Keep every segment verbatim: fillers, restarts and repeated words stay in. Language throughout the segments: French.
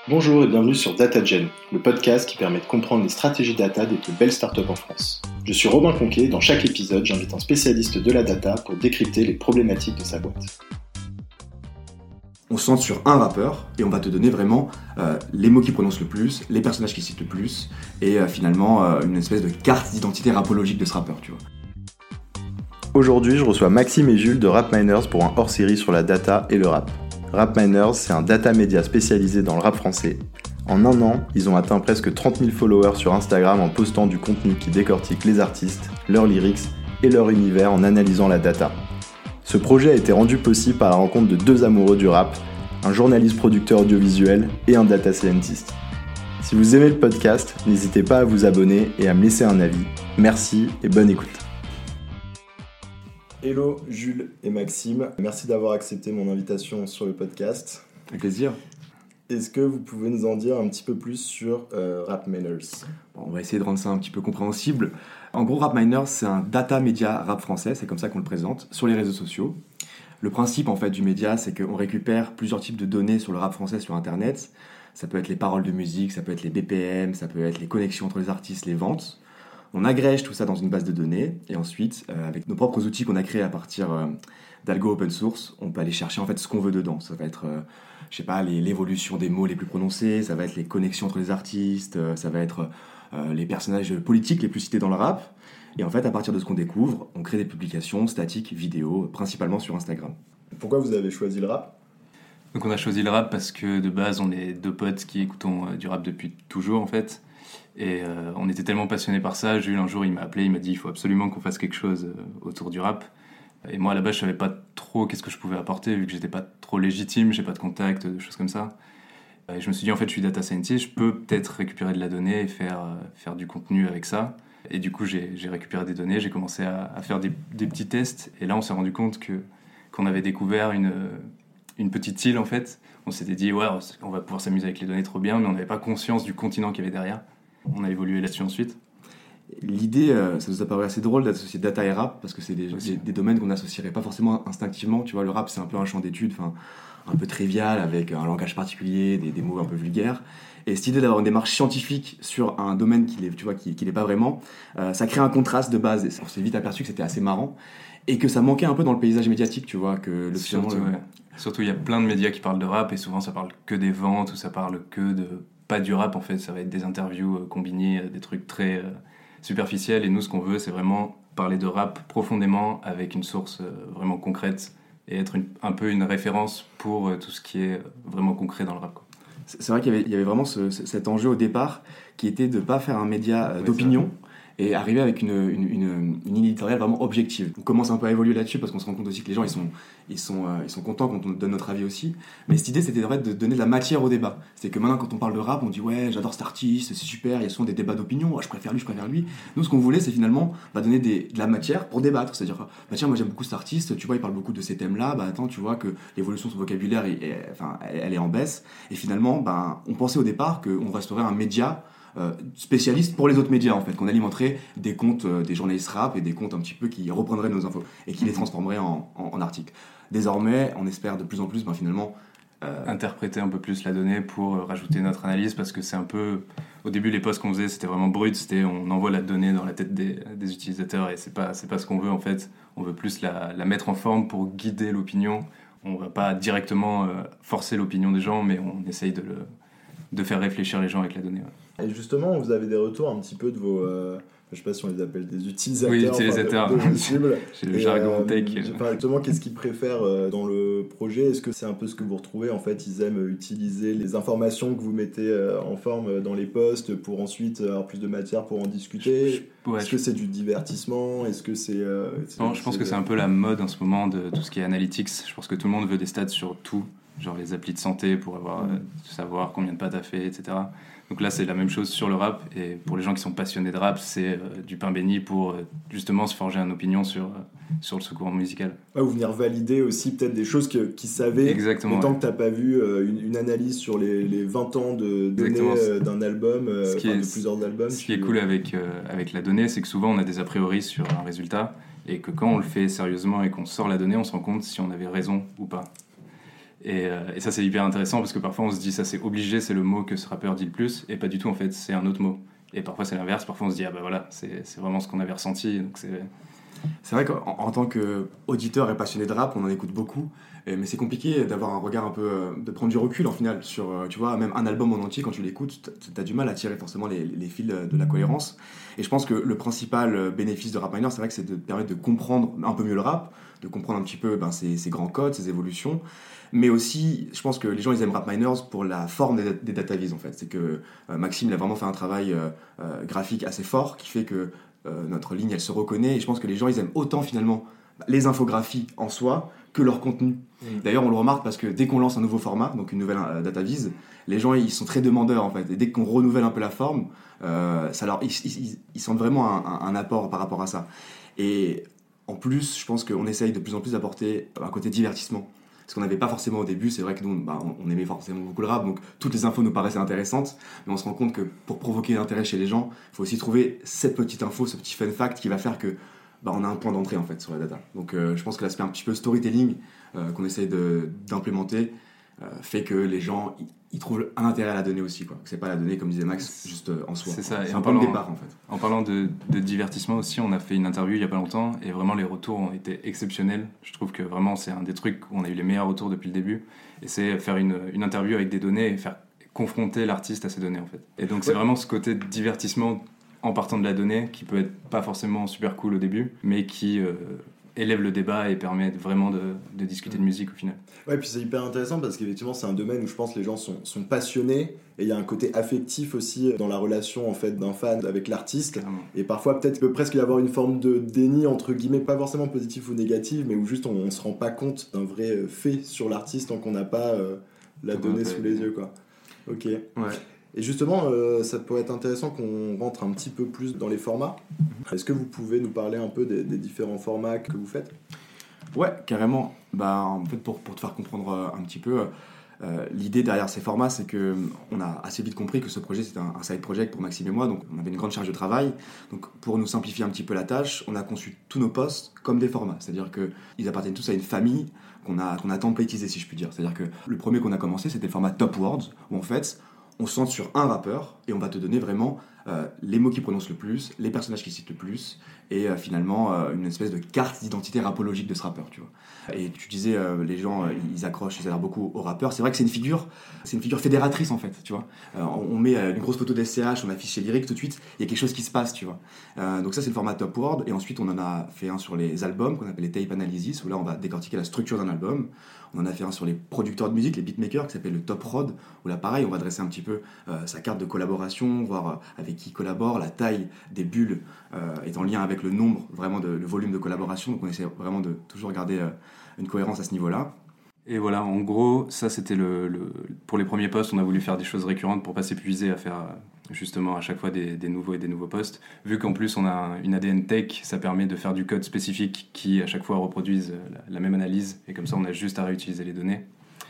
Bonjour et bienvenue sur DataGen, le podcast qui permet de comprendre les stratégies data des plus belles startups en France. Je suis Robin Conquet et dans chaque épisode, j'invite un spécialiste de la data pour décrypter les problématiques de sa boîte. On se centre sur un rappeur et on va te donner vraiment euh, les mots qu'il prononce le plus, les personnages qu'il cite le plus et euh, finalement euh, une espèce de carte d'identité rapologique de ce rappeur, tu vois. Aujourd'hui, je reçois Maxime et Jules de RapMiners pour un hors-série sur la data et le rap. RapMiners, c'est un data média spécialisé dans le rap français. En un an, ils ont atteint presque trente mille followers sur Instagram en postant du contenu qui décortique les artistes, leurs lyrics et leur univers en analysant la data. Ce projet a été rendu possible par la rencontre de deux amoureux du rap, un journaliste producteur audiovisuel et un data scientist. Si vous aimez le podcast, n'hésitez pas à vous abonner et à me laisser un avis. Merci et bonne écoute. Hello Jules et Maxime, merci d'avoir accepté mon invitation sur le podcast. Avec plaisir. Est-ce que vous pouvez nous en dire un petit peu plus sur euh, RapMiners ? Bon, on va essayer de rendre ça un petit peu compréhensible. En gros, RapMiners, c'est un data média rap français, c'est comme ça qu'on le présente, sur les réseaux sociaux. Le principe en fait du média, c'est qu'on récupère plusieurs types de données sur le rap français sur Internet. Ça peut être les paroles de musique, ça peut être les B P M, ça peut être les connexions entre les artistes, les ventes. On agrège tout ça dans une base de données et ensuite, euh, avec nos propres outils qu'on a créés à partir euh, d'algo open source, on peut aller chercher en fait ce qu'on veut dedans. Ça va être, euh, je sais pas, les, l'évolution des mots les plus prononcés, ça va être les connexions entre les artistes, euh, ça va être euh, les personnages politiques les plus cités dans le rap. Et en fait, à partir de ce qu'on découvre, on crée des publications statiques, vidéos, principalement sur Instagram. Pourquoi vous avez choisi le rap ? Donc on a choisi le rap parce que de base, on est deux potes qui écoutons euh, du rap depuis toujours en fait. Et euh, on était tellement passionnés par ça. Jules, un jour, il m'a appelé, il m'a dit il faut absolument qu'on fasse quelque chose euh, autour du rap. Et moi, à la base, je savais pas trop qu'est-ce que je pouvais apporter, vu que j'étais pas trop légitime, j'ai pas de contact, des choses comme ça. Et je me suis dit, en fait, je suis data scientist, je peux peut-être récupérer de la donnée et faire, euh, faire du contenu avec ça. Et du coup, j'ai, j'ai récupéré des données, j'ai commencé à, à faire des, des petits tests. Et là, on s'est rendu compte que, qu'on avait découvert une, une petite île, en fait. On s'était dit, ouais, on va pouvoir s'amuser avec les données trop bien, mais on n'avait pas conscience du continent qu'il y avait derrière. On a évolué là-dessus ensuite. L'idée, euh, ça nous a paru assez drôle d'associer data et rap, parce que c'est des, des, des domaines qu'on n'associerait pas forcément instinctivement. Tu vois, le rap, c'est un peu un champ d'études, un peu trivial, avec un langage particulier, des, des mots un peu vulgaires. Et cette idée d'avoir une démarche scientifique sur un domaine qui n'est, tu vois, qui, qui n'est pas vraiment, euh, ça crée un contraste de base. Et on s'est vite aperçu que c'était assez marrant et que ça manquait un peu dans le paysage médiatique, tu vois. Que le Surtout, le... ouais. Surtout, il y a plein de médias qui parlent de rap et souvent ça parle que des ventes ou ça parle que de... pas du rap en fait, ça va être des interviews euh, combinées, euh, des trucs très euh, superficiels. Et nous, ce qu'on veut, c'est vraiment parler de rap profondément avec une source euh, vraiment concrète et être une, un peu une référence pour euh, tout ce qui est vraiment concret dans le rap, quoi. C'est vrai qu'il y avait, il y avait vraiment ce, cet enjeu au départ qui était de ne pas faire un média ouais, d'opinion et arriver avec une, une, une, une ligne éditoriale vraiment objective. On commence un peu à évoluer là-dessus parce qu'on se rend compte aussi que les gens ils sont, ils sont, euh, ils sont contents quand on donne notre avis aussi. Mais cette idée, c'était en fait de donner de la matière au débat. C'est que maintenant, quand on parle de rap, on dit ouais, j'adore cet artiste, c'est super, il y a souvent des débats d'opinion, oh, je préfère lui, je préfère lui. Nous, ce qu'on voulait, c'est finalement bah, donner des, de la matière pour débattre. C'est-à-dire, bah, tiens, moi j'aime beaucoup cet artiste, tu vois, il parle beaucoup de ces thèmes-là, bah attends, tu vois que l'évolution de son vocabulaire, il, il, enfin, elle, elle est en baisse. Et finalement, bah, on pensait au départ qu'on resterait un média Euh, spécialiste pour les autres médias en fait, qu'on alimenterait des comptes euh, des journalistes rap et des comptes un petit peu qui reprendraient nos infos et qui les transformeraient en, en, en articles. Désormais, on espère de plus en plus ben, finalement euh... interpréter un peu plus la donnée pour euh, rajouter notre analyse, parce que c'est un peu, au début les posts qu'on faisait c'était vraiment brut, c'était on envoie la donnée dans la tête des, des utilisateurs et c'est pas, c'est pas ce qu'on veut en fait. On veut plus la, la mettre en forme pour guider l'opinion. On va pas directement euh, forcer l'opinion des gens, mais on essaye de, le, de faire réfléchir les gens avec la donnée, ouais. Et justement, vous avez des retours un petit peu de vos, euh, je sais pas si on les appelle des utilisateurs, oui, utilisateurs. Enfin, de, de cibles. J'ai le jargon tech. Enfin, justement, qu'est-ce qu'ils préfèrent euh, dans le projet ? Est-ce que c'est un peu ce que vous retrouvez ? En fait, ils aiment utiliser les informations que vous mettez euh, en forme dans les posts pour ensuite avoir plus de matière pour en discuter. Je, ouais, Est-ce je... que c'est du divertissement ? Est-ce que c'est, euh, c'est Non, je pense c'est... que c'est un peu la mode en ce moment de tout ce qui est analytics. Je pense que tout le monde veut des stats sur tout, genre les applis de santé pour avoir, mmh. euh, savoir combien de pas t'as fait, et cetera. Donc là, c'est la même chose sur le rap. Et pour les gens qui sont passionnés de rap, c'est euh, du pain béni pour euh, justement se forger une opinion sur, euh, sur le secours musical. Ouais, ou venir valider aussi peut-être des choses que, qu'ils savaient. Exactement. Mais tant ouais. que tu n'as pas vu euh, une, une analyse sur les, les vingt ans de données euh, d'un album, euh, enfin, est, de plusieurs albums. Ce qui est cool avec, euh, avec la donnée, c'est que souvent on a des a priori sur un résultat. Et que quand on le fait sérieusement et qu'on sort la donnée, on se rend compte si on avait raison ou pas. Et, euh, et ça c'est hyper intéressant parce que parfois on se dit ça c'est obligé, c'est le mot que ce rappeur dit le plus, et pas du tout en fait, c'est un autre mot. Et parfois c'est l'inverse, parfois on se dit ah bah voilà, c'est, c'est vraiment ce qu'on avait ressenti, donc c'est... C'est vrai qu'en en tant qu'auditeur et passionné de rap, on en écoute beaucoup, mais c'est compliqué d'avoir un regard un peu, de prendre du recul en final sur, tu vois, même un album en entier, quand tu l'écoutes, t'as du mal à tirer forcément les, les fils de la cohérence. Et je pense que le principal bénéfice de Rapminer, c'est vrai que c'est de permettre de comprendre un peu mieux le rap, de comprendre un petit peu ben, ses, ses grands codes, ses évolutions, mais aussi, je pense que les gens ils aiment Rapminers pour la forme des, des dataviz en fait. C'est que euh, Maxime il a vraiment fait un travail euh, euh, graphique assez fort qui fait que Euh, notre ligne elle se reconnaît, et je pense que les gens ils aiment autant finalement les infographies en soi que leur contenu. Mmh. D'ailleurs on le remarque parce que dès qu'on lance un nouveau format, donc une nouvelle euh, dataviz, les gens ils sont très demandeurs en fait, et dès qu'on renouvelle un peu la forme, euh, ça leur, ils, ils, ils sentent vraiment un, un, un apport par rapport à ça. Et en plus je pense qu'on essaye de plus en plus d'apporter un côté divertissement, ce qu'on n'avait pas forcément au début. C'est vrai que nous, bah, on aimait forcément beaucoup le rap, donc toutes les infos nous paraissaient intéressantes, mais on se rend compte que pour provoquer l'intérêt chez les gens, il faut aussi trouver cette petite info, ce petit fun fact qui va faire que bah, on a un point d'entrée en fait sur la data. Donc euh, je pense que l'aspect un petit peu storytelling euh, qu'on essaye de, d'implémenter euh, fait que les gens ils trouvent un intérêt à la donnée aussi, quoi. Que c'est pas la donnée, comme disait Max, juste en soi. C'est ça. C'est et un en point parlant, de départ en fait. En parlant de, de divertissement aussi, on a fait une interview il y a pas longtemps et vraiment les retours ont été exceptionnels. Je trouve que vraiment c'est un des trucs où on a eu les meilleurs retours depuis le début, et c'est faire une, une interview avec des données et faire confronter l'artiste à ces données en fait. Et donc c'est ouais. vraiment ce côté de divertissement en partant de la donnée qui peut être pas forcément super cool au début, mais qui euh, élève le débat et permet vraiment de, de discuter de musique au final. Ouais, puis c'est hyper intéressant parce qu'effectivement c'est un domaine où je pense que les gens sont, sont passionnés, et il y a un côté affectif aussi dans la relation en fait d'un fan avec l'artiste. Carrément. Et parfois peut-être il peut presque y avoir une forme de déni entre guillemets, pas forcément positif ou négatif, mais où juste on, on se rend pas compte d'un vrai fait sur l'artiste tant qu'on n'a pas euh, la Tout donnée sous les yeux, quoi. Ok. Ouais. Et justement, euh, ça pourrait être intéressant qu'on rentre un petit peu plus dans les formats. Est-ce que vous pouvez nous parler un peu des, des différents formats que vous faites ? Ouais, carrément. Bah, en fait, pour, pour te faire comprendre un petit peu, euh, l'idée derrière ces formats, c'est qu'on a assez vite compris que ce projet, c'était un, un side project pour Maxime et moi, donc on avait une grande charge de travail. Donc pour nous simplifier un petit peu la tâche, on a conçu tous nos posts comme des formats. C'est-à-dire qu'ils appartiennent tous à une famille qu'on a, qu'on a templatisé, si je puis dire. C'est-à-dire que le premier qu'on a commencé, c'était le format Top Words, où en fait, on se centre sur un rappeur et on va te donner vraiment euh, les mots qu'il prononce le plus, les personnages qu'il cite le plus, et euh, finalement euh, une espèce de carte d'identité rapologique de ce rappeur, tu vois. Et tu disais, euh, les gens, euh, ils accrochent, ils adhèrent beaucoup au rappeur. C'est vrai que c'est une figure, c'est une figure fédératrice en fait, tu vois. Euh, on, on met euh, une grosse photo d'S C H, on affiche chez Lyric, tout de suite, il y a quelque chose qui se passe, tu vois. Euh, donc ça, c'est le format Top Word. Et ensuite, on en a fait un sur les albums, qu'on appelle les tape analysis, où là, on va décortiquer la structure d'un album. On en a fait un sur les producteurs de musique, les beatmakers, qui s'appelle le Top Prod, où là, pareil, on va dresser un petit peu euh, sa carte de collaboration, voir euh, avec qui il collabore, la taille des bulles euh, est en lien avec le nombre, vraiment, de, le volume de collaboration. Donc on essaie vraiment de toujours garder euh, une cohérence à ce niveau-là. Et voilà, en gros, ça c'était le, le... Pour les premiers posts, on a voulu faire des choses récurrentes pour pas s'épuiser à faire justement à chaque fois des, des nouveaux et des nouveaux posts. Vu qu'en plus on a une A D N tech, ça permet de faire du code spécifique qui à chaque fois reproduise la, la même analyse, et comme ça on a juste à réutiliser les données.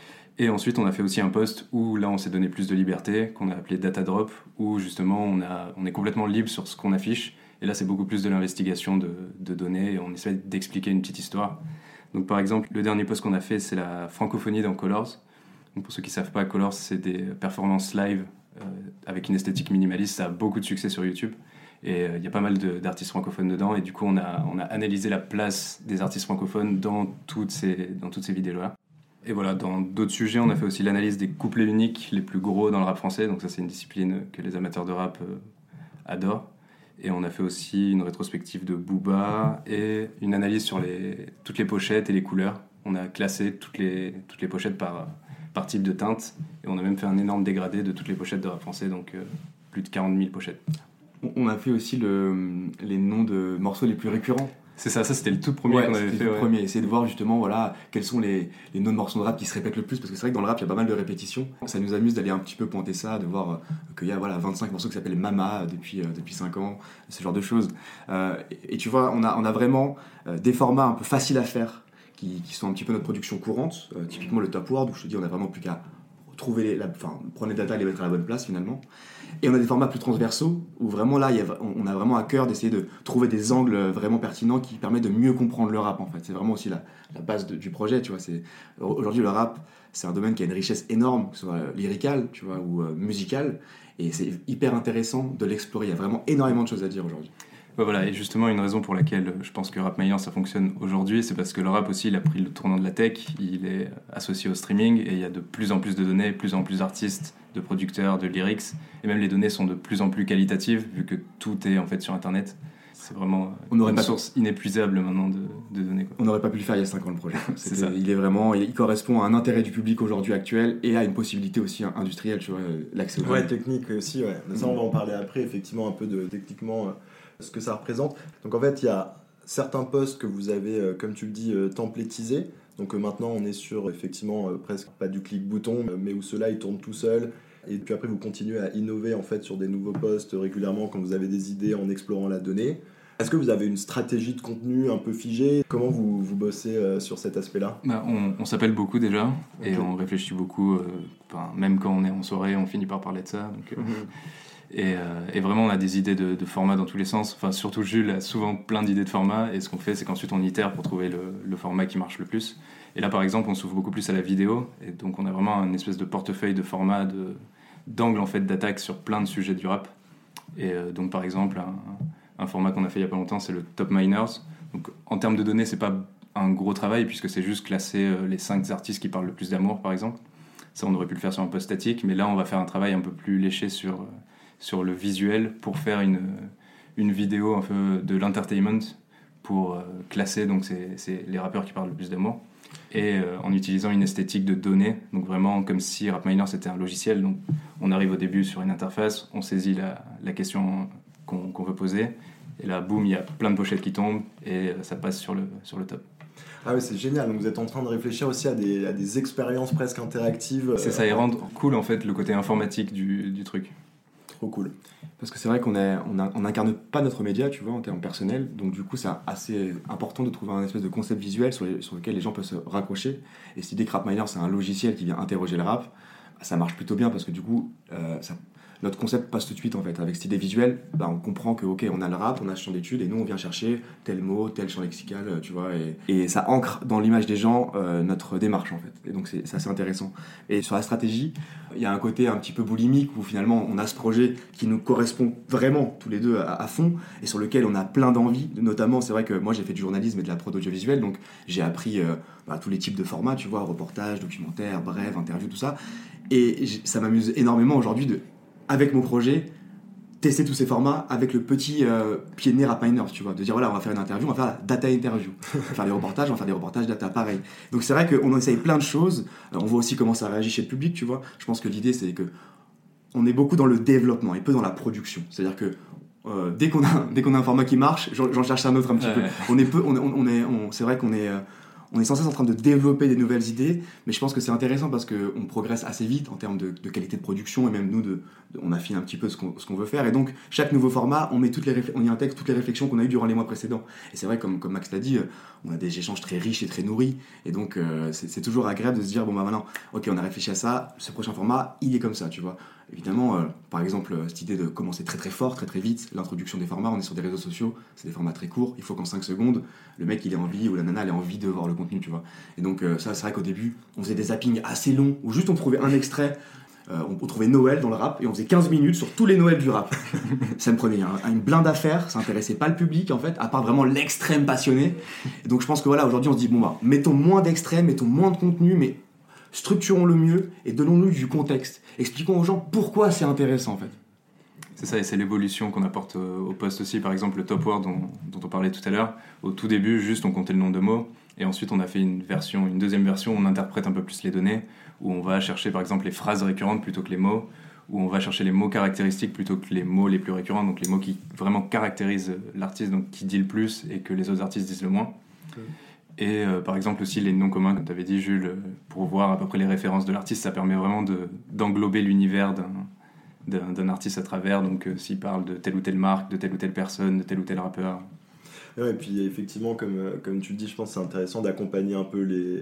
Et ensuite on a fait aussi un post où là on s'est donné plus de liberté, qu'on a appelé Data Drop, où justement on, a, on est complètement libre sur ce qu'on affiche. Et là c'est beaucoup plus de l'investigation de, de données, et on essaie d'expliquer une petite histoire. Donc par exemple, le dernier post qu'on a fait, c'est la francophonie dans Colors. Donc pour ceux qui ne savent pas, Colors, c'est des performances live euh, avec une esthétique minimaliste. Ça a beaucoup de succès sur YouTube. Et il euh, y a pas mal de, d'artistes francophones dedans. Et du coup, on a, on a analysé la place des artistes francophones dans toutes ces, dans toutes ces vidéos-là. Et voilà, dans d'autres sujets, on a fait aussi l'analyse des couplets uniques les plus gros dans le rap français. Donc ça, c'est une discipline que les amateurs de rap euh, adorent. Et on a fait aussi une rétrospective de Booba et une analyse sur les, toutes les pochettes et les couleurs. On a classé toutes les, toutes les pochettes par, par type de teinte. Et on a même fait un énorme dégradé de toutes les pochettes de rap français, donc euh, plus de quarante mille pochettes. On a fait aussi le, les noms de morceaux les plus récurrents. C'est ça, ça c'était le tout premier ouais, qu'on avait fait. Le ouais. premier, essayer de voir justement voilà, quels sont les, les noms de morceaux de rap qui se répètent le plus, parce que c'est vrai que dans le rap il y a pas mal de répétitions. Ça nous amuse d'aller un petit peu pointer ça, de voir euh, qu'il y a voilà, vingt-cinq morceaux qui s'appellent Mama depuis, euh, depuis cinq ans, ce genre de choses. Euh, et, et tu vois, on a, on a vraiment euh, des formats un peu faciles à faire qui, qui sont un petit peu notre production courante. Euh, typiquement le Top Word, où je te dis on a vraiment plus qu'à trouver les, la, enfin, prendre les data et les mettre à la bonne place finalement. Et on a des formats plus transversaux où vraiment là, il y a, on a vraiment à cœur d'essayer de trouver des angles vraiment pertinents qui permettent de mieux comprendre le rap en fait. C'est vraiment aussi la, la base de, du projet, tu vois. C'est, aujourd'hui, le rap, c'est un domaine qui a une richesse énorme, que ce soit lyricale, tu vois, ou euh, musicale. Et c'est hyper intéressant de l'explorer. Il y a vraiment énormément de choses à dire aujourd'hui. Ouais, voilà, et justement, une raison pour laquelle je pense que RapMiner ça fonctionne aujourd'hui, c'est parce que le rap aussi, il a pris le tournant de la tech, il est associé au streaming, et il y a de plus en plus de données, de plus en plus d'artistes, de producteurs, de lyrics, et même les données sont de plus en plus qualitatives, vu que tout est en fait sur Internet. C'est vraiment on une pas source pu... inépuisable maintenant de, de données. Quoi. On n'aurait pas pu le faire il y a cinq ans le projet. C'est ça. Il est vraiment, il correspond à un intérêt du public aujourd'hui actuel et à une possibilité aussi industrielle, tu vois, l'accès au ouais, technique aussi, ouais. Ça, on va en parler après, effectivement, un peu de techniquement euh, ce que ça représente. Donc en fait, il y a certains posts que vous avez, euh, comme tu le dis, euh, templétisés. Donc euh, maintenant, on est sur effectivement euh, presque pas du clic-bouton, mais où ceux-là, ils tournent tout seuls. Et puis après, vous continuez à innover en fait sur des nouveaux posts régulièrement quand vous avez des idées en explorant la donnée. Est-ce que vous avez une stratégie de contenu un peu figée ? Comment vous, vous bossez euh, sur cet aspect-là ? bah, On, on s'appelle beaucoup déjà, okay. Et on réfléchit beaucoup. Euh, même quand on est en soirée, on finit par parler de ça. Donc, euh, mm-hmm. et, euh, et vraiment, on a des idées de, de formats dans tous les sens. Enfin, surtout Jules a souvent plein d'idées de formats. Et ce qu'on fait, c'est qu'ensuite, on itère pour trouver le, le format qui marche le plus. Et là, par exemple, on s'ouvre beaucoup plus à la vidéo. Et donc, on a vraiment une espèce de portefeuille de formats, de, d'angles en fait, d'attaque sur plein de sujets du rap. Et euh, donc, par exemple... Un, Un format qu'on a fait il y a pas longtemps, c'est le Top Miners. Donc, en termes de données, c'est pas un gros travail puisque c'est juste classer euh, les cinq artistes qui parlent le plus d'amour, par exemple. Ça, on aurait pu le faire sur un post statique, mais là, on va faire un travail un peu plus léché sur, euh, sur le visuel pour faire une, une vidéo un peu de l'entertainment pour euh, classer donc, c'est, c'est les rappeurs qui parlent le plus d'amour et euh, en utilisant une esthétique de données, donc vraiment comme si RapMiner c'était un logiciel. Donc, on arrive au début sur une interface, on saisit la, la question qu'on, qu'on veut poser. Et là, boum, il y a plein de pochettes qui tombent et ça passe sur le, sur le top. Ah oui, c'est génial. Donc vous êtes en train de réfléchir aussi à des, à des expériences presque interactives. C'est ça, et rendre cool en fait le côté informatique du, du truc. Trop cool. Parce que c'est vrai qu'on est, on, a, on incarne pas notre média, tu vois, en termes personnels. Donc du coup, c'est assez important de trouver un espèce de concept visuel sur, les, sur lequel les gens peuvent se raccrocher. Et cette idée que RapMiner, c'est un logiciel qui vient interroger le rap, ça marche plutôt bien parce que du coup, euh, ça... notre concept passe tout de suite en fait. Avec cette idée visuelle, bah, on comprend que ok, on a le rap, on a ce champ d'études et nous on vient chercher tel mot, tel champ lexical, tu vois, et, et ça ancre dans l'image des gens euh, notre démarche en fait. Et donc c'est, c'est assez intéressant. Et sur la stratégie, il y a un côté un petit peu boulimique où finalement on a ce projet qui nous correspond vraiment tous les deux à, à fond et sur lequel on a plein d'envie. Notamment, c'est vrai que moi j'ai fait du journalisme et de la prod audiovisuelle, donc j'ai appris euh, bah, tous les types de formats, tu vois, reportage, documentaire, bref, interview, tout ça. Et ça m'amuse énormément aujourd'hui de, avec mon projet, tester tous ces formats avec le petit euh, pied de nez RapMiner, tu vois, de dire voilà, on va faire une interview, on va faire la data interview, on va faire des reportages, on va faire des reportages data, pareil. Donc c'est vrai qu'on essaye plein de choses, on voit aussi comment ça réagit chez le public, tu vois. Je pense que l'idée c'est que on est beaucoup dans le développement et peu dans la production. C'est-à-dire que euh, dès qu'on a dès qu'on a un format qui marche, j'en, j'en cherche un autre un petit ouais, peu. Ouais. On est peu, on, on, on est, on, c'est vrai qu'on est euh, on est sans cesse en train de développer des nouvelles idées, mais je pense que c'est intéressant parce qu'on progresse assez vite en termes de, de qualité de production et même nous, de, de, on affine un petit peu ce qu'on, ce qu'on veut faire. Et donc, chaque nouveau format, on, met toutes les réfl- on y intègre toutes les réflexions qu'on a eues durant les mois précédents. Et c'est vrai, comme, comme Max l'a dit, on a des échanges très riches et très nourris. Et donc, euh, c'est, c'est toujours agréable de se dire, bon, bah maintenant, ok, on a réfléchi à ça, ce prochain format, il est comme ça, tu vois. Évidemment, euh, par exemple, cette idée de commencer très très fort, très très vite, l'introduction des formats, on est sur des réseaux sociaux, c'est des formats très courts, il faut qu'en cinq secondes, le mec il ait envie, ou la nana elle ait envie de voir le contenu, tu vois. Et donc euh, ça, c'est vrai qu'au début, on faisait des zappings assez longs, où juste on trouvait un extrait, euh, on, on trouvait Noël dans le rap, et on faisait quinze minutes sur tous les Noëls du rap. Ça me prenait un, une blinde d'affaires, ça intéressait pas le public en fait, à part vraiment l'extrême passionné. Et donc je pense que voilà, aujourd'hui on se dit, bon bah, mettons moins d'extrêmes, mettons moins de contenu, mais structurons-le mieux et donnons-nous du contexte. Expliquons aux gens pourquoi c'est intéressant en fait. C'est ça, et c'est l'évolution qu'on apporte au poste aussi. Par exemple, le Top Word dont, dont on parlait tout à l'heure. Au tout début, juste on comptait le nombre de mots. Et ensuite, on a fait une version, une deuxième version où on interprète un peu plus les données, où on va chercher par exemple les phrases récurrentes plutôt que les mots, où on va chercher les mots caractéristiques plutôt que les mots les plus récurrents, donc les mots qui vraiment caractérisent l'artiste, donc qui dit le plus et que les autres artistes disent le moins. Okay. Et euh, par exemple aussi les noms communs, comme tu avais dit Jules, pour voir à peu près les références de l'artiste, ça permet vraiment de, d'englober l'univers d'un, d'un, d'un artiste à travers, donc euh, s'il parle de telle ou telle marque, de telle ou telle personne, de tel ou tel rappeur. Ouais, et puis effectivement, comme, comme tu le dis, je pense que c'est intéressant d'accompagner un peu les,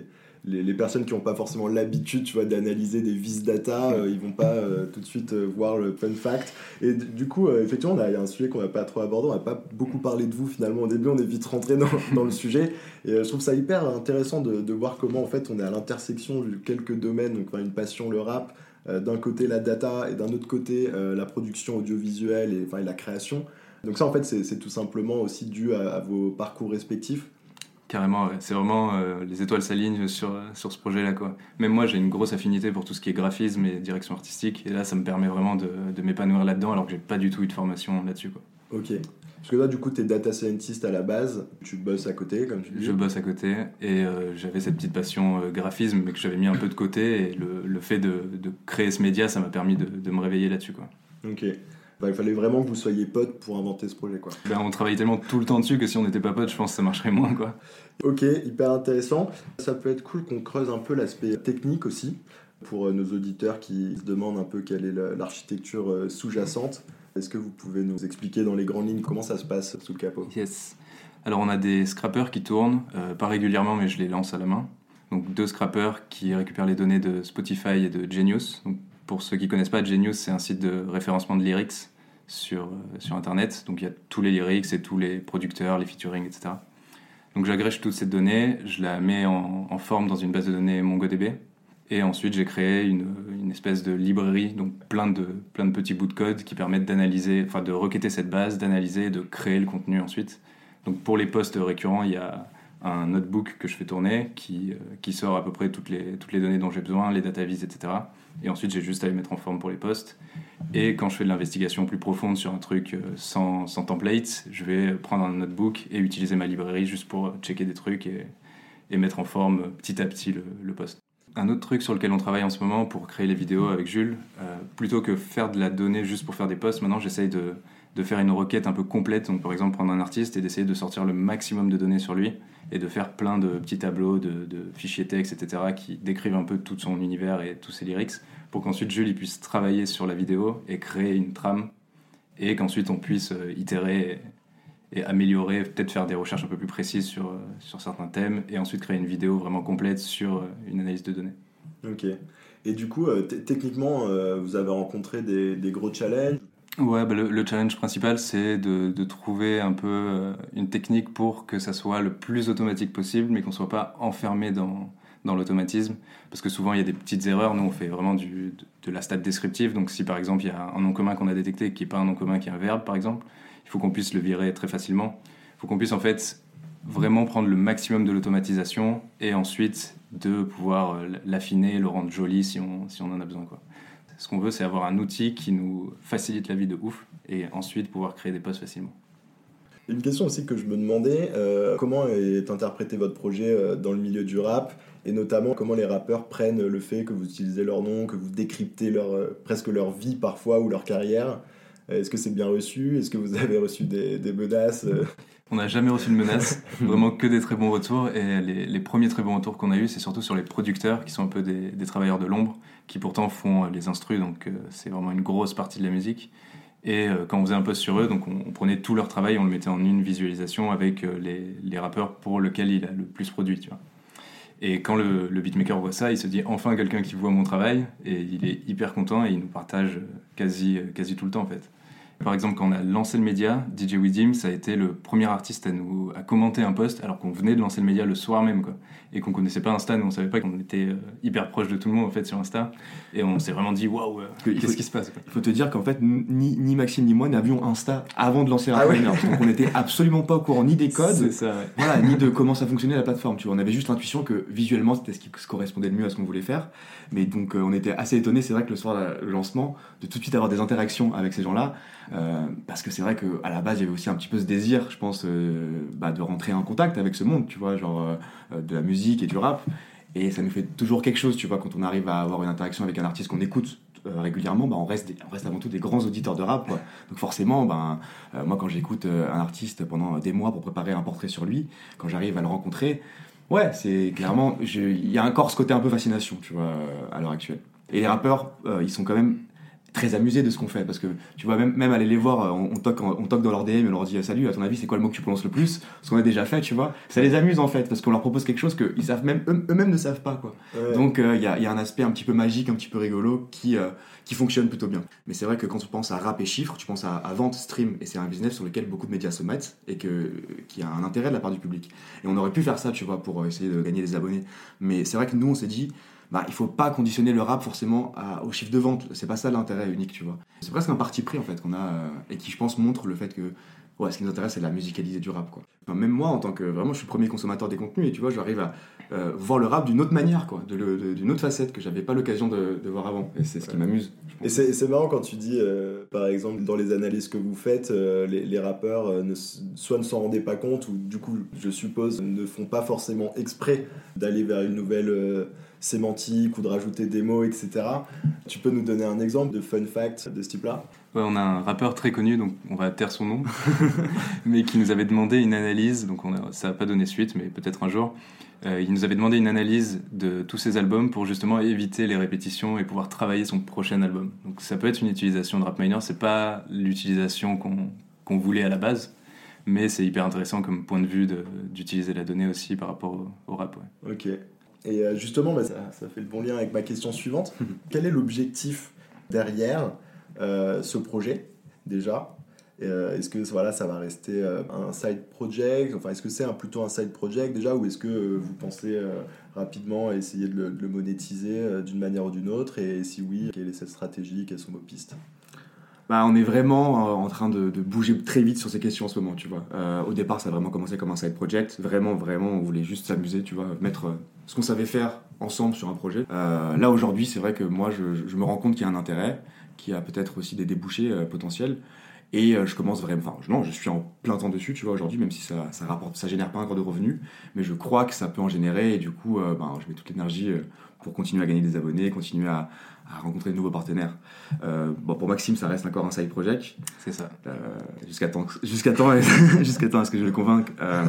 les, les personnes qui n'ont pas forcément l'habitude, tu vois, d'analyser des vis data, euh, ils vont pas euh, tout de suite euh, voir le fun fact. Et d- du coup, euh, effectivement, il y a un sujet qu'on n'a pas trop abordé, on n'a pas beaucoup parlé de vous finalement. Au début, on est vite rentré dans, dans le sujet. Et euh, je trouve ça hyper intéressant de, de voir comment en fait on est à l'intersection de quelques domaines, donc enfin, une passion, le rap, euh, d'un côté la data et d'un autre côté euh, la production audiovisuelle et, enfin, et la création. Donc ça, en fait, c'est, c'est tout simplement aussi dû à, à vos parcours respectifs. Carrément, ouais. C'est vraiment euh, les étoiles s'alignent sur, sur ce projet-là, quoi. Même moi, j'ai une grosse affinité pour tout ce qui est graphisme et direction artistique, et là, ça me permet vraiment de, de m'épanouir là-dedans, alors que j'ai pas du tout eu de formation là-dessus, quoi. Ok. Parce que là, du coup, t'es data scientist à la base, tu bosses à côté, comme tu dis. Je bosse à côté, et euh, j'avais cette petite passion euh, graphisme, mais que j'avais mis un peu de côté, et le, le fait de, de créer ce média, ça m'a permis de, de me réveiller là-dessus, quoi. Ok. Bah, il fallait vraiment que vous soyez potes pour inventer ce projet, quoi. Ben, on travaillait tellement tout le temps dessus que si on n'était pas potes, je pense que ça marcherait moins, quoi. Ok, hyper intéressant. Ça peut être cool qu'on creuse un peu l'aspect technique aussi, pour nos auditeurs qui se demandent un peu quelle est l'architecture sous-jacente. Est-ce que vous pouvez nous expliquer dans les grandes lignes comment ça se passe sous le capot ? Yes. Alors on a des scrappers qui tournent, euh, pas régulièrement mais je les lance à la main. Donc deux scrappers qui récupèrent les données de Spotify et de Genius. Donc, pour ceux qui ne connaissent pas, Genius c'est un site de référencement de lyrics sur, euh, sur internet. Donc il y a tous les lyrics et tous les producteurs, les featuring, et cetera. Donc j'agrège toutes ces données, je la mets en, en forme dans une base de données MongoDB. Et ensuite, j'ai créé une, une espèce de librairie, donc plein de, plein de petits bouts de code qui permettent d'analyser, enfin de requêter cette base, d'analyser et de créer le contenu ensuite. Donc pour les posts récurrents, il y a un notebook que je fais tourner qui, euh, qui sort à peu près toutes les, toutes les données dont j'ai besoin, les data viz, et cetera. Et ensuite, j'ai juste à les mettre en forme pour les posts. Et quand je fais de l'investigation plus profonde sur un truc euh, sans, sans template, je vais prendre un notebook et utiliser ma librairie juste pour checker des trucs et, et mettre en forme petit à petit le, le post. Un autre truc sur lequel on travaille en ce moment pour créer les vidéos avec Jules, euh, plutôt que faire de la donnée juste pour faire des posts, maintenant j'essaye de, de faire une requête un peu complète. Donc par exemple prendre un artiste et d'essayer de sortir le maximum de données sur lui et de faire plein de petits tableaux, de, de fichiers texte, et cetera qui décrivent un peu tout son univers et tous ses lyrics pour qu'ensuite Jules il puisse travailler sur la vidéo et créer une trame et qu'ensuite on puisse euh, itérer et améliorer, peut-être faire des recherches un peu plus précises sur, euh, sur certains thèmes, et ensuite créer une vidéo vraiment complète sur euh, une analyse de données. Ok. Et du coup, euh, t- techniquement, euh, vous avez rencontré des, des gros challenges ? Ouais, bah le, le challenge principal, c'est de, de trouver un peu euh, une technique pour que ça soit le plus automatique possible, mais qu'on ne soit pas enfermé dans, dans l'automatisme, parce que souvent il y a des petites erreurs. Nous on fait vraiment du, de, de la stat descriptive, donc si par exemple il y a un nom commun qu'on a détecté qui n'est pas un nom commun, qui est un verbe par exemple, il faut qu'on puisse le virer très facilement. Il faut qu'on puisse en fait vraiment prendre le maximum de l'automatisation et ensuite de pouvoir l'affiner, le rendre joli si on, si on en a besoin, quoi. Ce qu'on veut, c'est avoir un outil qui nous facilite la vie de ouf et ensuite pouvoir créer des posts facilement. Une question aussi que je me demandais, euh, comment est interprété votre projet euh, dans le milieu du rap, et notamment comment les rappeurs prennent le fait que vous utilisez leur nom, que vous décryptez leur, euh, presque leur vie parfois ou leur carrière. Est-ce que c'est bien reçu ? Est-ce que vous avez reçu des, des menaces ? On n'a jamais reçu de menaces, vraiment que des très bons retours. Et les, les premiers très bons retours qu'on a eus, c'est surtout sur les producteurs, qui sont un peu des, des travailleurs de l'ombre, qui pourtant font les instrus, donc euh, c'est vraiment une grosse partie de la musique. Et euh, quand on faisait un post sur eux, donc on, on prenait tout leur travail et on le mettait en une visualisation avec euh, les, les rappeurs pour lesquels il a le plus produit, tu vois. Et quand le, le beatmaker voit ça, il se dit enfin quelqu'un qui voit mon travail, et il est hyper content et il nous partage quasi, quasi tout le temps en fait. Par exemple, quand on a lancé le média, D J Widim, ça a été le premier artiste à nous à commenter un post alors qu'on venait de lancer le média le soir même, quoi, et qu'on connaissait pas Insta, nous on savait pas qu'on était euh, hyper proche de tout le monde en fait sur Insta, et on s'est vraiment dit waouh, qu'est-ce faut, qui se passe, quoi. Il faut te dire qu'en fait ni, ni Maxime ni moi n'avions Insta avant de lancer Rap Miners, ah ouais. Donc on n'était absolument pas au courant ni des codes, c'est ça, ouais. Voilà, ni de comment ça fonctionnait la plateforme. Tu vois, on avait juste l'intuition que visuellement c'était ce qui se correspondait le mieux à ce qu'on voulait faire, mais donc euh, on était assez étonnés. C'est vrai que le soir le lancement, de tout de suite avoir des interactions avec ces gens-là, euh, parce que c'est vrai qu'à la base il y avait aussi un petit peu ce désir, je pense, euh, bah, de rentrer en contact avec ce monde, tu vois, genre euh, de la musique et du rap, et ça nous fait toujours quelque chose, tu vois, quand on arrive à avoir une interaction avec un artiste qu'on écoute euh, régulièrement, bah, on, reste des, on reste avant tout des grands auditeurs de rap, quoi. Donc forcément, bah, euh, moi quand j'écoute euh, un artiste pendant des mois pour préparer un portrait sur lui, quand j'arrive à le rencontrer, ouais, c'est clairement, il y a encore ce côté un peu fascination, tu vois, euh, à l'heure actuelle. Et les rappeurs, euh, ils sont quand même très amusés de ce qu'on fait, parce que tu vois, même, même aller les voir, on, on, toque, on toque dans leur D M et on leur dit salut, à ton avis c'est quoi le mot que tu prononces le plus, ce qu'on a déjà fait, tu vois, ça les amuse en fait, parce qu'on leur propose quelque chose qu'ils savent même, eux, eux-mêmes ne savent pas, quoi. Ouais. Donc il euh, y, a, y a un aspect un petit peu magique, un petit peu rigolo qui, euh, qui fonctionne plutôt bien. Mais c'est vrai que quand tu penses à rap et chiffres, tu penses à, à vente, stream, et c'est un business sur lequel beaucoup de médias se mettent et que, qui a un intérêt de la part du public. Et on aurait pu faire ça, tu vois, pour essayer de gagner des abonnés. Mais c'est vrai que nous on s'est dit, bah, il faut pas conditionner le rap forcément à, au chiffre de vente, c'est pas ça l'intérêt unique, tu vois. C'est presque un parti pris en fait qu'on a euh, et qui je pense montre le fait que ouais, ce qui nous intéresse c'est la musicalité du rap, quoi. Enfin, même moi en tant que vraiment je suis le premier consommateur des contenus et tu vois j'arrive à euh, voir le rap d'une autre manière, quoi, de le, de, d'une autre facette que j'avais pas l'occasion de, de voir avant, et c'est ce qui ouais. m'amuse. Et c'est, c'est marrant quand tu dis euh, par exemple dans les analyses que vous faites euh, les, les rappeurs euh, ne, soit ne s'en rendaient pas compte ou du coup je suppose ne font pas forcément exprès d'aller vers une nouvelle euh, sémantique ou de rajouter des mots, et cetera. Tu peux nous donner un exemple de fun fact de ce type-là ? Ouais, on a un rappeur très connu, donc on va taire son nom, mais qui nous avait demandé une analyse, donc on a, ça n'a pas donné suite, mais peut-être un jour. Euh, il nous avait demandé une analyse de tous ses albums pour justement éviter les répétitions et pouvoir travailler son prochain album. Donc ça peut être une utilisation de Rapminer, c'est pas l'utilisation qu'on, qu'on voulait à la base, mais c'est hyper intéressant comme point de vue de, d'utiliser la donnée aussi par rapport au, au rap. Ouais. Ok. Et justement, bah, ça, ça fait le bon lien avec ma question suivante. Quel est l'objectif derrière euh, ce projet, déjà ? euh, Est-ce que voilà, ça va rester euh, un side project ? Enfin, est-ce que c'est un, plutôt un side project déjà ? Ou est-ce que euh, vous pensez euh, rapidement essayer de le, de le monétiser euh, d'une manière ou d'une autre ? Et si oui, quelle est cette stratégie ? Quelles sont vos pistes ? Bah, on est vraiment euh, en train de, de bouger très vite sur ces questions en ce moment, tu vois. Euh, au départ, ça a vraiment commencé comme un side project. Vraiment, vraiment, on voulait juste s'amuser, tu vois, mettre euh, ce qu'on savait faire ensemble sur un projet. Euh, là, aujourd'hui, c'est vrai que moi, je, je me rends compte qu'il y a un intérêt, qu'il y a peut-être aussi des débouchés euh, potentiels. Et euh, je commence vraiment... Enfin, non, je suis en plein temps dessus, tu vois, aujourd'hui, même si ça, ça rapporte, ça génère pas encore de revenus. Mais je crois que ça peut en générer. Et du coup, euh, ben, je mets toute l'énergie euh, pour continuer à gagner des abonnés, continuer à... à rencontrer de nouveaux partenaires. Euh, bon, pour Maxime, ça reste encore un side project. C'est ça. Euh, jusqu'à temps, jusqu'à temps, jusqu'à temps à ce que je le convainque euh,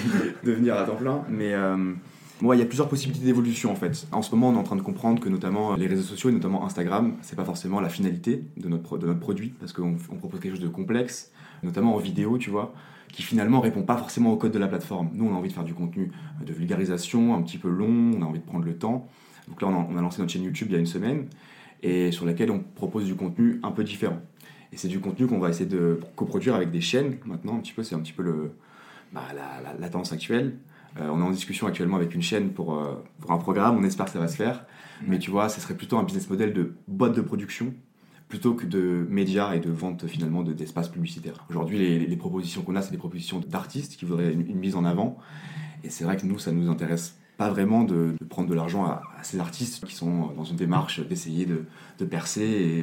de venir à temps plein. Mais euh, moi, il y a plusieurs possibilités d'évolution en fait. En ce moment, on est en train de comprendre que notamment les réseaux sociaux et notamment Instagram, c'est pas forcément la finalité de notre de notre produit parce qu'on on propose quelque chose de complexe, notamment en vidéo, tu vois, qui finalement répond pas forcément au code de la plateforme. Nous, on a envie de faire du contenu de vulgarisation, un petit peu long, on a envie de prendre le temps. Donc là, on a lancé notre chaîne YouTube il y a une semaine et sur laquelle on propose du contenu un peu différent. Et c'est du contenu qu'on va essayer de coproduire avec des chaînes maintenant, un petit peu, c'est un petit peu le, bah, la, la, la tendance actuelle. Euh, on est en discussion actuellement avec une chaîne pour, euh, pour un programme, on espère que ça va se faire. Mais tu vois, ce serait plutôt un business model de boîte de production plutôt que de médias et de vente finalement de, d'espaces publicitaires. Aujourd'hui, les, les propositions qu'on a, c'est des propositions d'artistes qui voudraient une, une mise en avant. Et c'est vrai que nous, ça nous intéresse pas vraiment de, de prendre de l'argent à, à ces artistes qui sont dans une démarche d'essayer de, de percer et euh,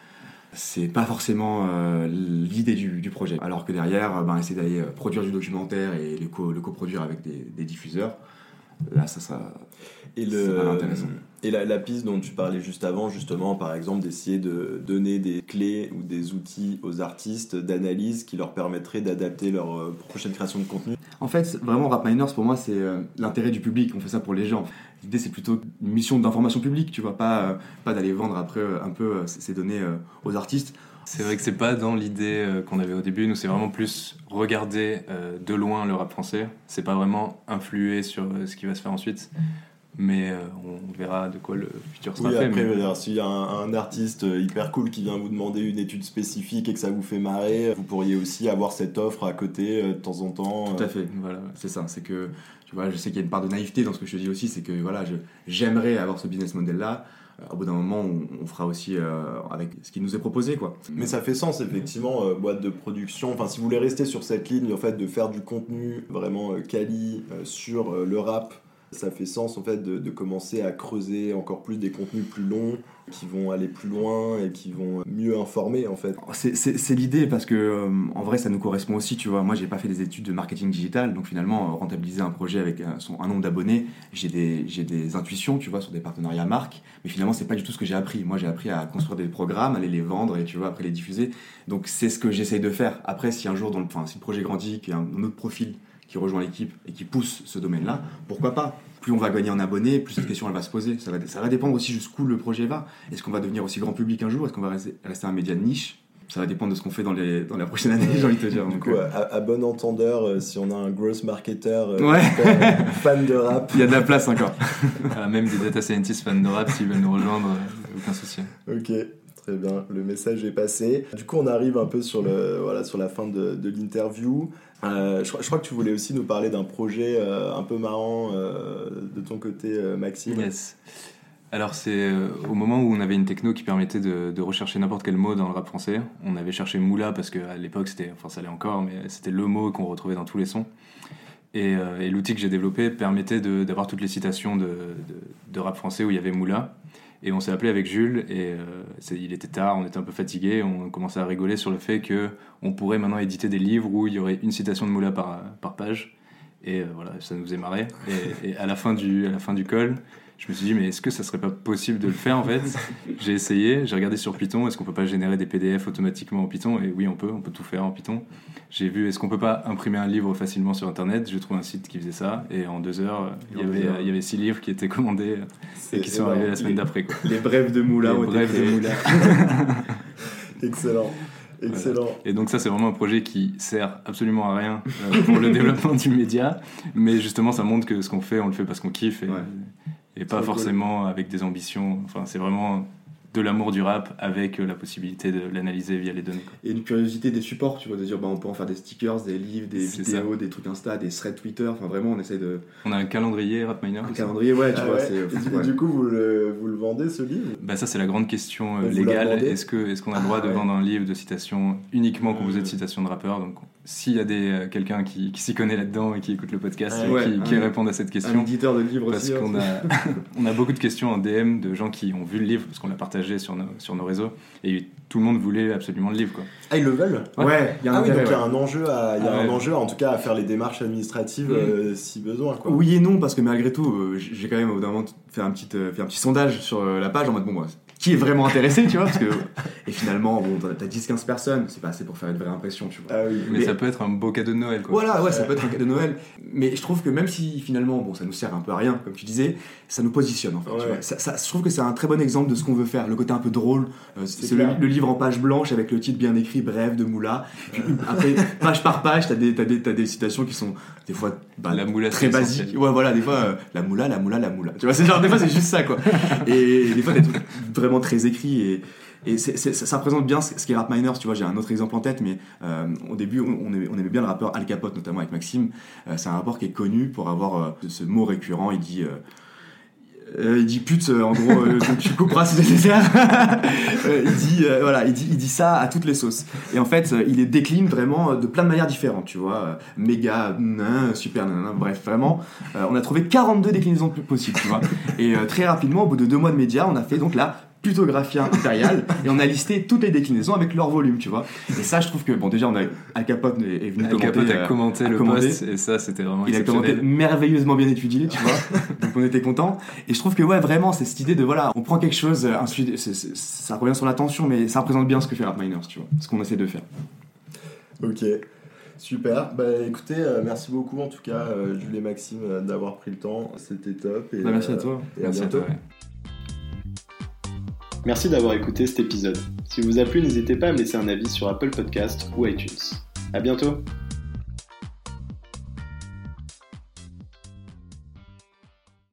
c'est pas forcément euh, l'idée du, du projet. Alors que derrière, ben, essayer d'aller produire du documentaire et le, co, le coproduire avec des, des diffuseurs, là ça, ça et le, c'est pas intéressant. Et la, la piste dont tu parlais juste avant, justement, par exemple, d'essayer de donner des clés ou des outils aux artistes d'analyse qui leur permettraient d'adapter leur euh, prochaine création de contenu. En fait, vraiment, Rapminers, pour moi, c'est euh, l'intérêt du public. On fait ça pour les gens. L'idée, c'est plutôt une mission d'information publique, tu vois, pas, euh, pas d'aller vendre après euh, un peu euh, ces données euh, aux artistes. C'est vrai que c'est pas dans l'idée euh, qu'on avait au début. Nous, c'est vraiment plus regarder euh, de loin le rap français. C'est pas vraiment influer sur euh, ce qui va se faire ensuite. Mais euh, on verra de quoi le futur sera oui, fait. Après, mais... s'il y a un, un artiste hyper cool qui vient vous demander une étude spécifique et que ça vous fait marrer, vous pourriez aussi avoir cette offre à côté euh, de temps en temps. Tout à fait, voilà, c'est ça. C'est que, tu vois, je sais qu'il y a une part de naïveté dans ce que je te dis aussi, c'est que voilà, je, j'aimerais avoir ce business model-là. Au bout d'un moment, on, on fera aussi euh, avec ce qui nous est proposé, quoi. Mais ça fait sens, effectivement, euh, boîte de production. Enfin, si vous voulez rester sur cette ligne, en fait, de faire du contenu vraiment euh, quali euh, sur euh, le rap, ça fait sens en fait de, de commencer à creuser encore plus des contenus plus longs qui vont aller plus loin et qui vont mieux informer en fait. C'est, c'est, c'est l'idée parce que euh, en vrai ça nous correspond aussi, tu vois. Moi j'ai pas fait des études de marketing digital, donc finalement rentabiliser un projet avec un, son, un nombre d'abonnés, j'ai des, j'ai des intuitions, tu vois, sur des partenariats marques, mais finalement c'est pas du tout ce que j'ai appris. Moi j'ai appris à construire des programmes, aller les vendre et tu vois après les diffuser. Donc c'est ce que j'essaye de faire. Après si un jour, dans le, enfin, si le projet grandit, qu'il y a un, un autre profil qui rejoint l'équipe et qui pousse ce domaine-là, pourquoi pas ? Plus on va gagner en abonnés, plus cette question elle va se poser. Ça va, ça va dépendre aussi jusqu'où le projet va. Est-ce qu'on va devenir aussi grand public un jour ? Est-ce qu'on va rester, rester un média de niche ? Ça va dépendre de ce qu'on fait dans, les, dans la prochaine année, j'ai envie de te dire. Du Donc, coup, euh... à, à bon entendeur, euh, si on a un gross marketer euh, ouais. fan de rap, il y a de la place encore. Ah, même des data scientists fans de rap, s'ils veulent nous rejoindre, euh, aucun souci. Ok, très bien, le message est passé. Du coup, on arrive un peu sur, le, voilà, sur la fin de, de l'interview. Euh, je, je crois que tu voulais aussi nous parler d'un projet euh, un peu marrant euh, de ton côté, euh, Maxime. Yes. Alors c'est euh, au moment où on avait une techno qui permettait de, de rechercher n'importe quel mot dans le rap français. On avait cherché Moula parce qu'à l'époque c'était, enfin ça l'est encore, mais c'était le mot qu'on retrouvait dans tous les sons. Et, euh, et l'outil que j'ai développé permettait de, d'avoir toutes les citations de, de, de rap français où il y avait Moula. Et on s'est appelé avec Jules et euh, c'est, il était tard, on était un peu fatigués, on commençait à rigoler sur le fait qu'on pourrait maintenant éditer des livres où il y aurait une citation de Moula par, par page. Et euh, voilà, ça nous faisait marrer. Et, et à la fin du, à la fin du call, je me suis dit, mais est-ce que ça serait pas possible de le faire en fait ? J'ai essayé, j'ai regardé sur Python, est-ce qu'on peut pas générer des P D F automatiquement en Python ? Et oui, on peut, on peut tout faire en Python. J'ai vu, est-ce qu'on peut pas imprimer un livre facilement sur Internet ? J'ai trouvé un site qui faisait ça, et en deux heures, il y avait, il y avait six livres qui étaient commandés C'est et qui sont énorme. arrivés la semaine d'après. Quoi. Les brèves de Moula Les ont été brèves de créées. Moula. Excellent. Excellent. Voilà. Et donc ça c'est vraiment un projet qui sert absolument à rien euh, pour le développement du média, mais justement ça montre que ce qu'on fait, on le fait parce qu'on kiffe et, Ouais. et pas C'est forcément cool. Avec des ambitions. Enfin c'est vraiment de l'amour du rap avec la possibilité de l'analyser via les données. Quoi. Et une curiosité des supports, tu vois, de dire bah, on peut en faire des stickers, des livres, des C'est vidéos, des trucs Insta, des threads Twitter, enfin vraiment on essaie de... On a un calendrier Rapminer. Un calendrier, ouais, tu Ah vois, ouais. c'est... Et du, ouais. du coup, vous le, vous le vendez ce livre ? Bah ça c'est la grande question euh, On vous l'a légale. demandé Est-ce que est-ce qu'on a le droit Ah de ouais. vendre un livre de citation uniquement quand Mmh. vous êtes citation de rappeur ? Donc s'il y a des euh, quelqu'un qui, qui s'y connaît là-dedans et qui écoute le podcast Ah et ouais, qui, qui un- répond à cette Un question. éditeur de livres Parce aussi. qu'on hein. a, on a beaucoup de questions en D M de gens qui ont vu le livre, parce qu'on l'a partagé sur nos, sur nos réseaux, et tout le monde voulait absolument le livre. Quoi. Ah, ils le veulent ? Ouais, il y a un Ah oui, intérêt, donc il y a ouais. un enjeu, à, il y a Ah un ouais. enjeu en tout cas à faire les démarches administratives Mmh. euh, si besoin. Quoi. Oui et non, parce que malgré tout, euh, j'ai quand même au bout d'un moment fait un petit, euh, fait un petit sondage sur euh, la page en mode bon, moi, qui est vraiment intéressé, tu vois, parce que. Et finalement, bon, t'as dix à quinze personnes, c'est pas assez pour faire une vraie impression, tu vois. Ah oui. Mais, Mais- ça peut être un beau cadeau de Noël. Quoi. Voilà, ouais, ça peut être un cadeau de Noël. Mais je trouve que même si finalement, bon, ça nous sert un peu à rien, comme tu disais, ça nous positionne en fait. Ouais. Tu vois. Ça, ça, je trouve que c'est un très bon exemple de ce qu'on veut faire. Le côté un peu drôle, euh, c'est, C'est c'est le, clair. le livre en page blanche avec le titre bien écrit, bref, de Moula. Puis après, page par page, t'as des, t'as des, t'as des citations qui sont des fois bah, La moula, très c'est basiques. essentiel. Ouais, voilà, des fois, euh, la Moula, la Moula, la Moula. Tu vois, c'est genre, des fois, c'est juste ça, quoi. Et des fois, des trucs vraiment très écrits et. Et c'est, c'est, ça représente bien ce qu'est Rapminers, tu vois, j'ai un autre exemple en tête, mais euh, au début, on, on, aimait, on aimait bien le rappeur Al Capote, notamment avec Maxime. Euh, c'est un rappeur qui est connu pour avoir euh, ce mot récurrent, il dit... Euh, euh, il dit pute, euh, en gros, euh, donc tu couperas si nécessaire. euh, il, dit, euh, voilà, il, dit, il dit ça à toutes les sauces. Et en fait, euh, il les décline vraiment euh, de plein de manières différentes, tu vois. Euh, méga, nan, super, nan, nan, bref, vraiment. Euh, on a trouvé quarante-deux déclinaisons possibles, tu vois. Et euh, très rapidement, au bout de deux mois de médias, on a fait donc la Plutographia impériale et on a listé toutes les déclinaisons avec leur volume, tu vois. Et ça, je trouve que, bon, déjà, on a Al Capote est, est venu Al commenter. Capote a euh, commenté a le commenté. post, et ça c'était vraiment Il a commenté exceptionnel. merveilleusement bien étudié, tu vois. Donc on était content. Et je trouve que ouais, vraiment, c'est cette idée de voilà, on prend quelque chose, un sujet, c'est, c'est, ça revient sur l'attention, mais ça représente bien ce que fait Rapminers, tu vois, ce qu'on essaie de faire. Ok, super. Bah écoutez, euh, merci beaucoup en tout cas, euh, Jules et Maxime, euh, d'avoir pris le temps. C'était top. Et, Bah, merci à euh, toi. Et Merci à à bientôt. toi. ouais. Merci d'avoir écouté cet épisode. Si vous a plu, n'hésitez pas à me laisser un avis sur Apple Podcast ou iTunes. À bientôt!